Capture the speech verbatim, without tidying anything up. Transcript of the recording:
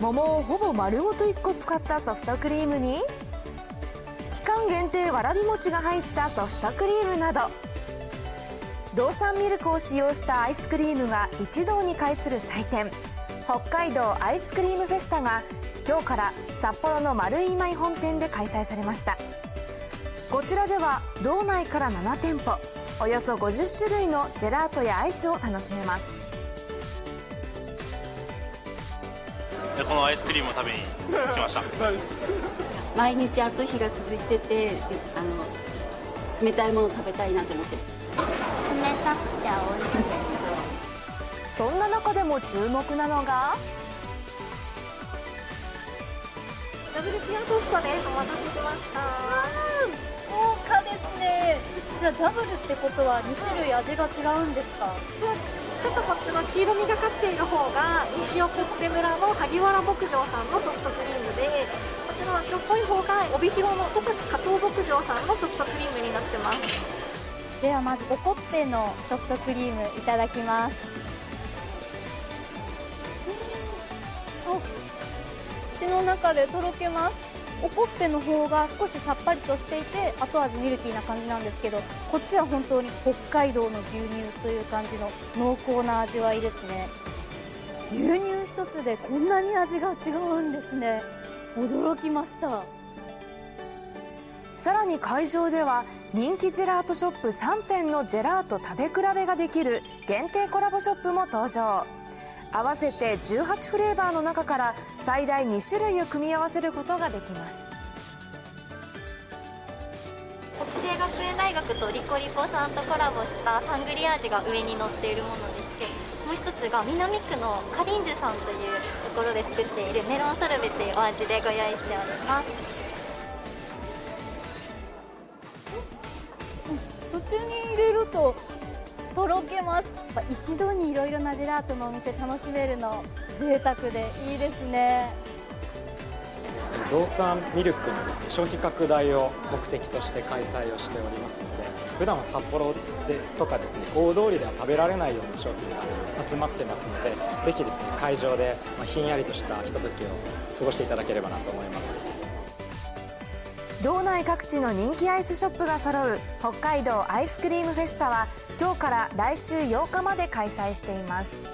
桃をほぼ丸ごといっこ使ったソフトクリームに期間限定わらび餅が入ったソフトクリームなど、道産ミルクを使用したアイスクリームが一堂に会する祭典、北海道アイスクリームフェスタが今日から札幌の丸井今井本店で開催されました。こちらでは道内からなな店舗、およそごじゅっしゅるいのジェラートやアイスを楽しめます。 このアイスクリームを食べに来ました。 毎日暑い日が続いてて、あの冷たいものを食べたいなと思って。 冷たくて美味しい。 そんな中でも注目なのがダブルピアソフトです。お待たせしました。 豪華ですね。こちらダブルってことはにしゅるい味が違うんですか？ そうちょっとこっちの黄色みがかっている方が西奥久村の萩原牧場さんのソフトクリームで、こちらの白っぽい方が帯広の十勝加藤牧場さんのソフトクリームになってます。 ではまずおこっぺのソフトクリームいただきます。お口の中でとろけます。おこっぺの方が少しさっぱりとしていて後味ミルキーな感じなんですけど、こっちは本当に北海道の牛乳という感じの濃厚な味わいですね。牛乳一つでこんなに味が違うんですね。驚きました。 さらに会場では人気ジェラートショップさん店のジェラート食べ比べができる限定コラボショップも登場。合わせてじゅうはちフレーバーの中から最大にしゅるいを組み合わせることができます。 北星学園大学とリコリコさんとコラボしたサングリア味が上に乗っているものでして、もう一つが南区のカリンジュさんというところで作っているメロンソルベというお味でご用意しております。 口に入れるととろけます。一度にいろいろなジェラートのお店楽しめるの贅沢でいいですね。 道産ミルクのですね、消費拡大を目的として開催をしておりますので、普段は札幌でとかですね、大通りでは食べられないような商品が集まってますので、ぜひですね、会場でひんやりとしたひとときを過ごしていただければなと思います。 道内各地の人気アイスショップが揃う北海道アイスクリームフェスタは今日から来週ようかまで開催しています。